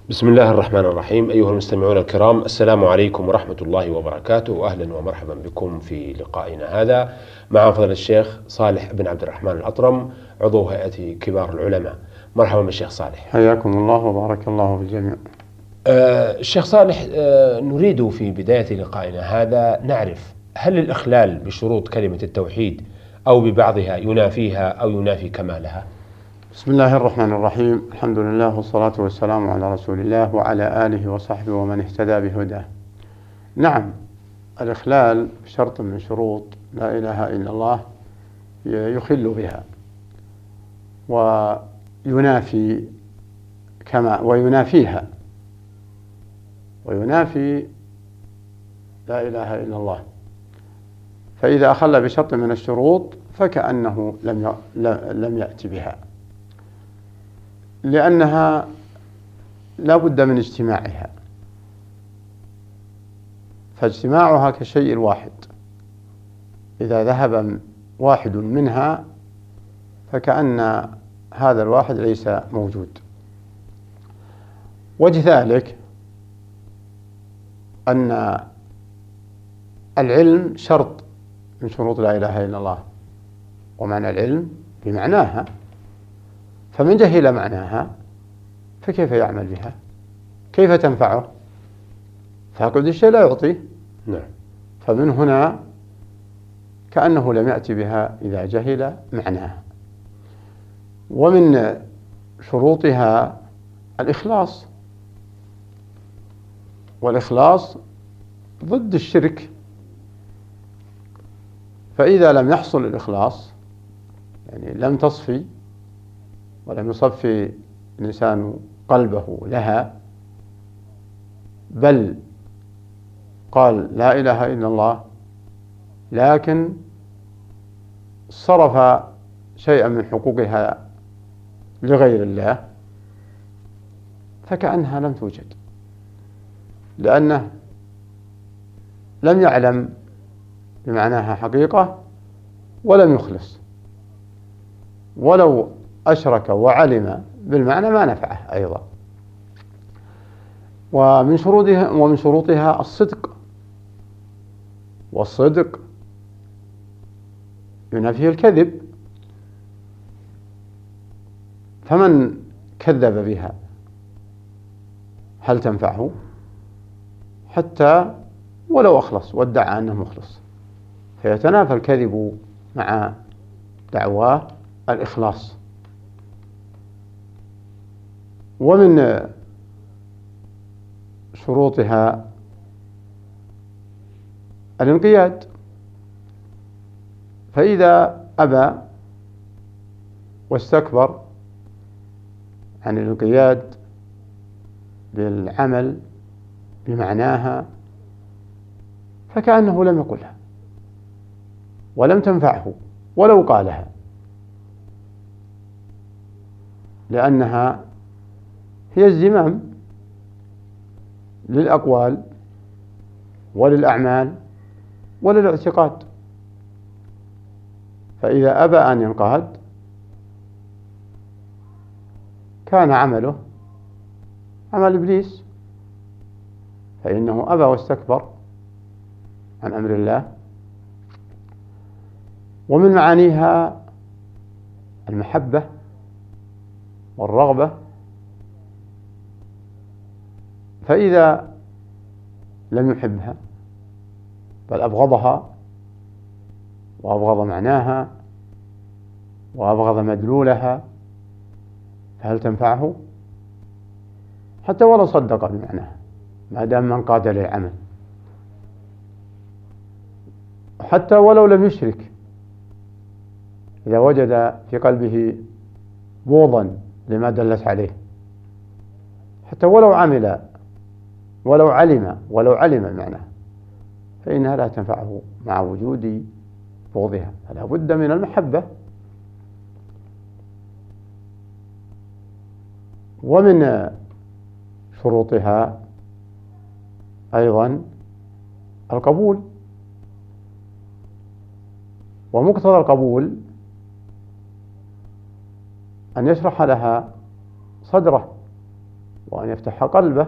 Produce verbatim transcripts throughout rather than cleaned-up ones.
بسم الله الرحمن الرحيم. أيها المستمعون الكرام، السلام عليكم ورحمة الله وبركاته، وأهلا ومرحبا بكم في لقائنا هذا مع فضل الشيخ صالح بن عبد الرحمن الأطرم، عضو هيئة كبار العلماء. مرحبا بالشيخ صالح. حياكم الله وبارك الله في الجميع. آه الشيخ صالح، آه نريد في بداية لقائنا هذا نعرف هل الإخلال بشروط كلمة التوحيد أو ببعضها ينافيها أو ينافي كمالها؟ بسم الله الرحمن الرحيم. الحمد لله والصلاة والسلام على رسول الله وعلى آله وصحبه ومن اهتدى بهداه. نعم، الإخلال بشرط من شروط لا إله إلا الله يخل بها وينافي كما وينافيها وينافي لا إله إلا الله. فإذا أخل بشرط من الشروط فكأنه لم لم يأتي بها، لأنها لا بد من اجتماعها، فاجتماعها كالشيء الواحد، إذا ذهب واحد منها فكأن هذا الواحد ليس موجود. وجه ذلك أن العلم شرط من شروط لا إله إلا الله، ومعنى العلم بمعناها، فمن جهل معناها فكيف يعمل بها؟ كيف تنفعه؟ فاقد الشيء لا يعطيه. نعم. فمن هنا كأنه لم يأتي بها إذا جهل معناها. ومن شروطها الإخلاص، والإخلاص ضد الشرك. فإذا لم يحصل الإخلاص، يعني لم تصفي ولم يصفي الإنسان قلبه لها، بل قال لا إله إلا الله لكن صرف شيئا من حقوقها لغير الله، فكأنها لم توجد، لأنه لم يعلم بمعناها حقيقة ولم يخلص، ولو أشرك وعلم بالمعنى ما نفعه أيضا. ومن شروطها ومن شروطها الصدق، والصدق ينافي الكذب، فمن كذب بها هل تنفعه؟ حتى ولو أخلص وادعى أنه مخلص، فيتنافى الكذب مع دعواه الإخلاص. ومن شروطها الانقياد، فإذا أبى واستكبر عن الانقياد بالعمل بمعناها فكأنه لم يقلها ولم تنفعه ولو قالها، لأنها هي الزمام للأقوال وللأعمال وللاعتقاد. فإذا أبى أن ينقاد كان عمله عمل إبليس، فإنه أبى واستكبر عن أمر الله. ومن معانيها المحبة والرغبة، فإذا لم يحبها بل أبغضها وأبغض معناها وأبغض مدلولها فهل تنفعه؟ حتى ولو صدق بمعناها ما دام من قاد للعمل، حتى ولو لم يشرك، إذا وجد في قلبه بغضا لما دلت عليه، حتى ولو عمل ولو علم ولو علم معناه، فإنها لا تنفعه مع وجود بغضها، فلا بد من المحبة. ومن شروطها أيضا القبول، ومقتضى القبول أن يشرح لها صدره وأن يفتح قلبه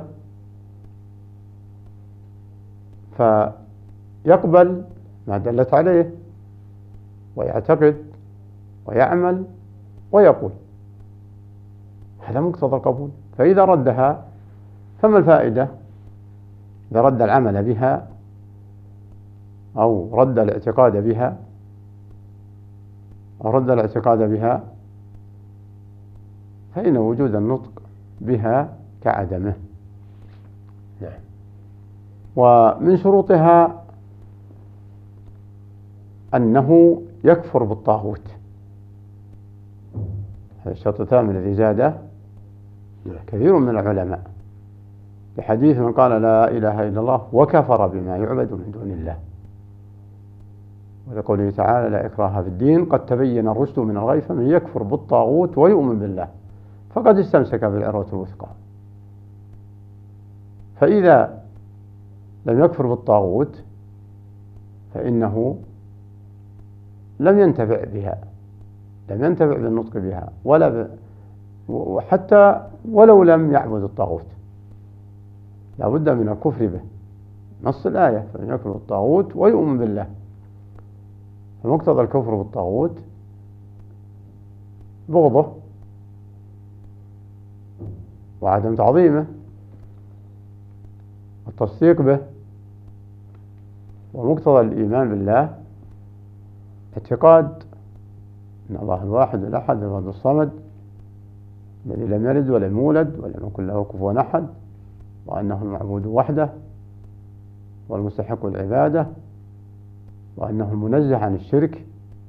فيقبل ما دلت عليه ويعتقد ويعمل ويقول، هذا مقتضى القبول. فإذا ردها فما الفائدة؟ إذا رد العمل بها أو رد الاعتقاد بها أو رد الاعتقاد بها فإن وجود النطق بها كعدمه. نعم. ومن شروطها أنه يكفر بالطاغوت، هذا الشرط الثامن الذي زاده كثير من العلماء بحديث من قال لا إله إلا الله وكفر بما يعبد من دون الله، ولقوله تعالى لا إكراه في الدين قد تبين الرشد من الغي فمن يكفر بالطاغوت ويؤمن بالله فقد استمسك بالعروة الوثقى. فإذا لم يكفر بالطاغوت فإنه لم ينتفع بها، لم ينتفع بالنطق بها ولا ب... وحتى ولو لم يعبد الطاغوت لا بد من الكفر به، نص الآية فمن يكفر بالطاغوت ويؤمن بالله. فمقتضى الكفر بالطاغوت بغضه وعدم تعظيمه والتصديق به، ومقتضى الإيمان بالله اعتقاد أن الله الواحد الأحد الفرد الصمد الذي لم يلد ولم يولد ولم يكن له كفوا أحد، وأنه المعبود وحده والمستحق العبادة، وأنه المنزه عن الشرك.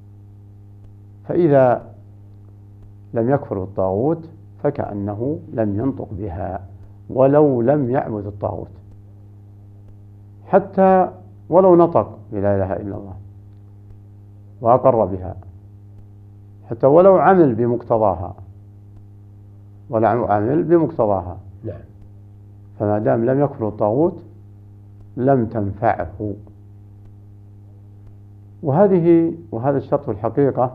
فإذا لم يكفر بالطاغوت فكأنه لم ينطق بها ولو لم يعبد الطاغوت، حتى ولو نطق بلا إله إلا الله وأقر بها، حتى ولو عمل بمقتضاها ولا عمل بمقتضاها. نعم. فما دام لم يكفر الطاغوت لم تنفعه. وهذه وهذا الشرط في الحقيقة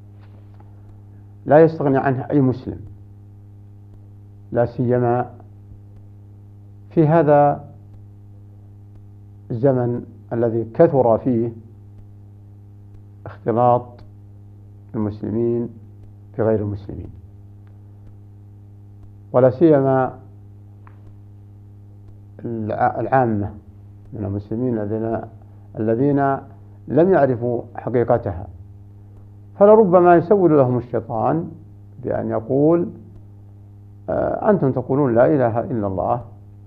لا يستغني عنه أي مسلم، لا سيما في هذا الزمن الذي كثر فيه اختلاط المسلمين بغير المسلمين، ولا سيما العامة من المسلمين الذين الذين لم يعرفوا حقيقتها. فلربما يسول لهم الشيطان بأن يقول أنتم تقولون لا إله إلا الله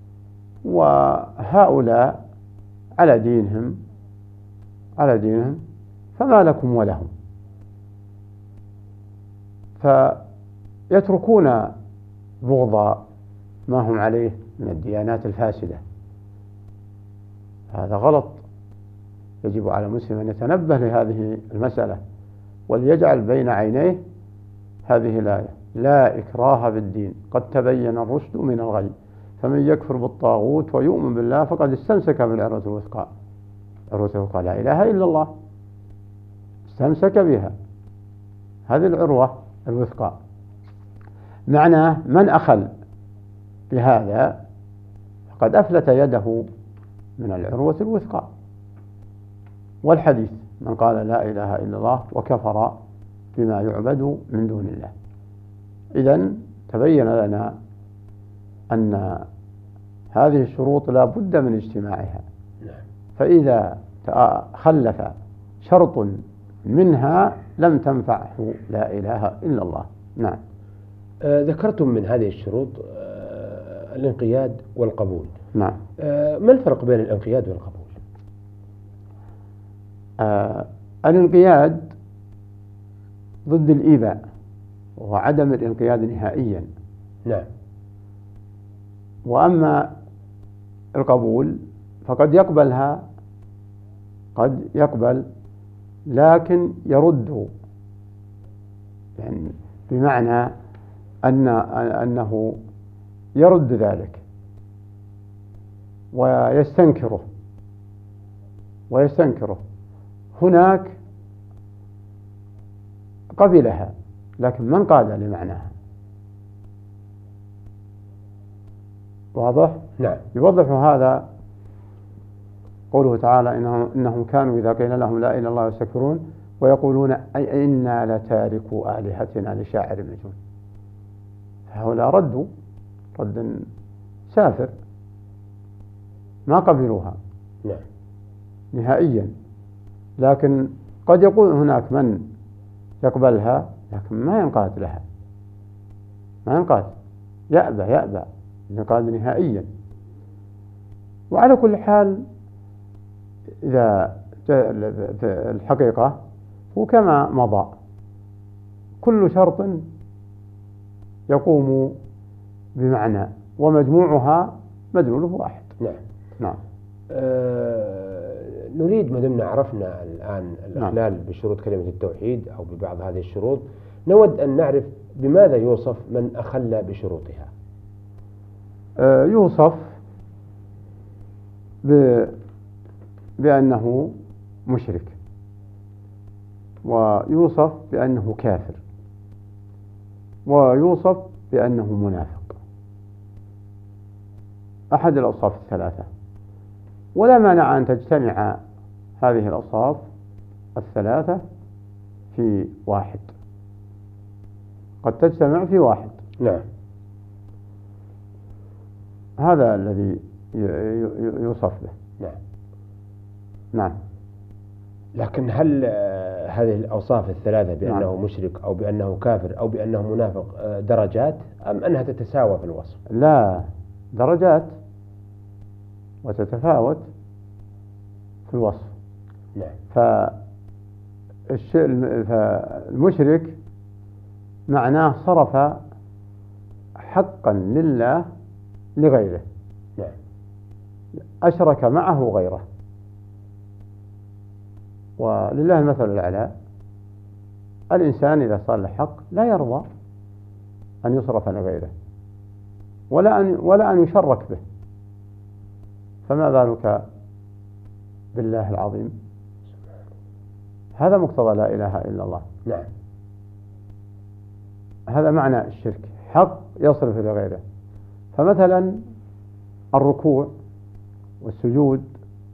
وهؤلاء على دينهم على دينهم فما لكم ولهم، فيتركون بغض ما هم عليه من الديانات الفاسدة. هذا غلط، يجب على المسلم أن يتنبه لهذه المسألة وليجعل بين عينيه هذه الآية لا إكراه بالدين قد تبين الرشد من الغي فمن يكفر بالطاغوت ويؤمن بالله فقد استمسك بالعروة الوثقى. عروة الوثقى لا إله إلا الله، استمسك بها، هذه العروة الوثقى. معناه من أخل بهذا فقد أفلت يده من العروة الوثقى. والحديث من قال لا إله إلا الله وكفر بما يعبد من دون الله. إذن تبين لنا أن هذه الشروط لا بد من اجتماعها، فإذا خلف شرط منها لم تنفعه لا إله إلا الله. نعم. آه ذكرتم من هذه الشروط آه الانقياد والقبول. نعم. آه ما الفرق بين الانقياد والقبول؟ آه الانقياد ضد الإيباء وهو عدم الانقياد نهائيا. نعم. وأما القبول فقد يقبلها، قد يقبل لكن يرد، يعني بمعنى أن أنه يرد ذلك ويستنكره ويستنكره هناك قبلها لكن ما انقاد لمعناها. واضح؟ نعم. يوضح هذا قوله تعالى إنهم, إنهم كانوا إذا قيل لهم لا إله إلا الله يستكبرون ويقولون أي إنا لتاركوا آلهتنا لشاعر مجنون. فهؤلاء ردوا رد سافر، ما قبلوها نعم. نهائيا. لكن قد يكون هناك من يقبلها لكن ما ينقاد لها، ما ينقاد، يأبى يأبى ينقاد نهائيا. وعلى كل حال إذا في الحقيقة هو كما مضى، كل شرط يقوم بمعنى ومجموعها مدلوله واحد. نعم. نعم. أه نريد ما دمنا عرفنا الآن الإخلال نعم. بشروط كلمة التوحيد أو ببعض هذه الشروط، نود أن نعرف بماذا يوصف من أخل بشروطها. أه يوصف ب بأنه مشرك، ويوصف بأنه كافر، ويوصف بأنه منافق، أحد الأوصاف الثلاثة. ولا مانع أن تجتمع هذه الأوصاف الثلاثة في واحد، قد تجتمع في واحد. نعم. هذا الذي يوصف به. نعم. نعم. لكن هل هذه الأوصاف الثلاثة بأنه نعم. مشرك أو بأنه كافر أو بأنه منافق درجات أم أنها تتساوى في الوصف؟ لا، درجات وتتفاوت في الوصف. نعم. فالمشرك معناه صرف حقا لله لغيره. نعم. أشرك معه غيره. ولله المثل الأعلى، الإنسان إذا صار له حق لا يرضى أن يصرف لغيره ولا أن ولا أن يشرك به، فما بالك بالله العظيم؟ هذا مقتضى لا إله إلا الله. نعم. هذا معنى الشرك، حق يصرف لغيره. فمثلا الركوع والسجود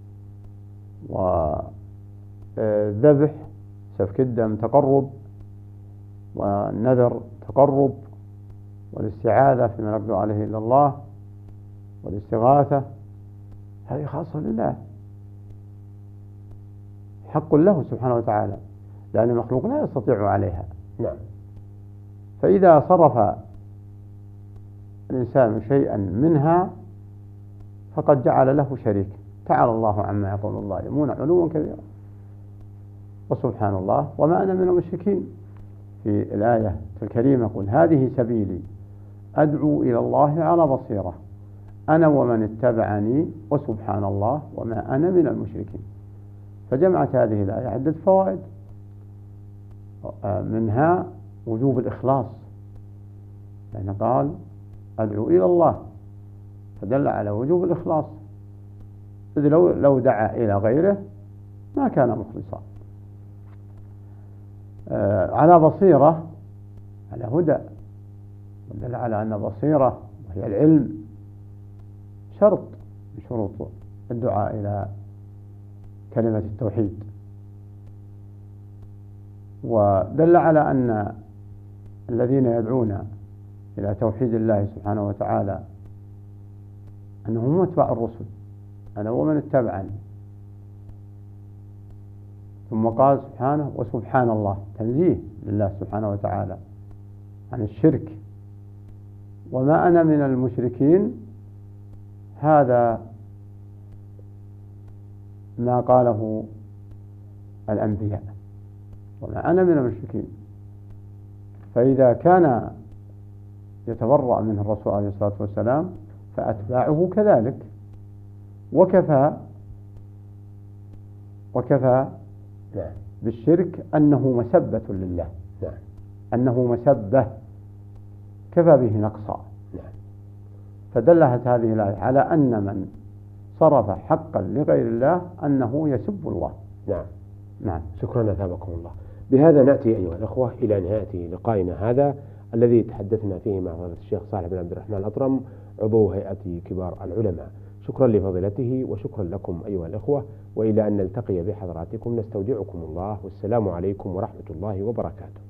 والذبح سفك الدم تقرب، والنذر تقرب، والاستعاذة فيما لا يقدر عليه إلا الله، والاستغاثة، هذه خاصة لله، حق له سبحانه وتعالى، لأن المخلوق لا يستطيع عليها. نعم. فإذا صرف الإنسان شيئا منها فقد جعل له شريك. تعالى الله عما يقول الظالمون علوا كبيرا، وسبحان الله وما أنا من المشركين. في الآية الكريمة قل هذه سبيلي أدعو إلى الله على بصيرة أنا ومن اتبعني وسبحان الله وما أنا من المشركين. فجمعت هذه الآية عدة فوائد، منها وجوب الإخلاص، لأنه قال أدعو إلى الله، فدل على وجوب الإخلاص، إذ لو, لو دعا إلى غيره ما كان مخلصا. على بصيرة، على هدى، ودل على أن بصيرة وهي العلم شرط من شروط الدعاء إلى كلمة التوحيد. ودل على أن الذين يدعون إلى توحيد الله سبحانه وتعالى أنهم أتباع الرسل، أنا ومن اتبعني. ثم قال سبحانه وسبحان الله، تنزيه لله سبحانه وتعالى عن الشرك. وما أنا من المشركين، هذا ما قاله الأنبياء، وما أنا من المشركين. فإذا كان يتبرأ منه الرسول عليه الصلاة والسلام فأتباعه كذلك. وكفى وكفى بالشرك أنه مسبة لله، أنه مسبة كفى به نقصا. فدلت هذه الآية على أن من صرف حقا لغير الله أنه يسب الله. نعم. نعم. شكرا أثابكم الله. بهذا نأتي أيها الأخوة إلى نهاية لقائنا هذا. الذي تحدثنا فيه مع فضيلة الشيخ صالح بن عبد الرحمن الأطرم عضو هيئة كبار العلماء. شكرا لفضيلته وشكرا لكم أيها الأخوة، وإلى أن نلتقي بحضراتكم نستودعكم الله، والسلام عليكم ورحمة الله وبركاته.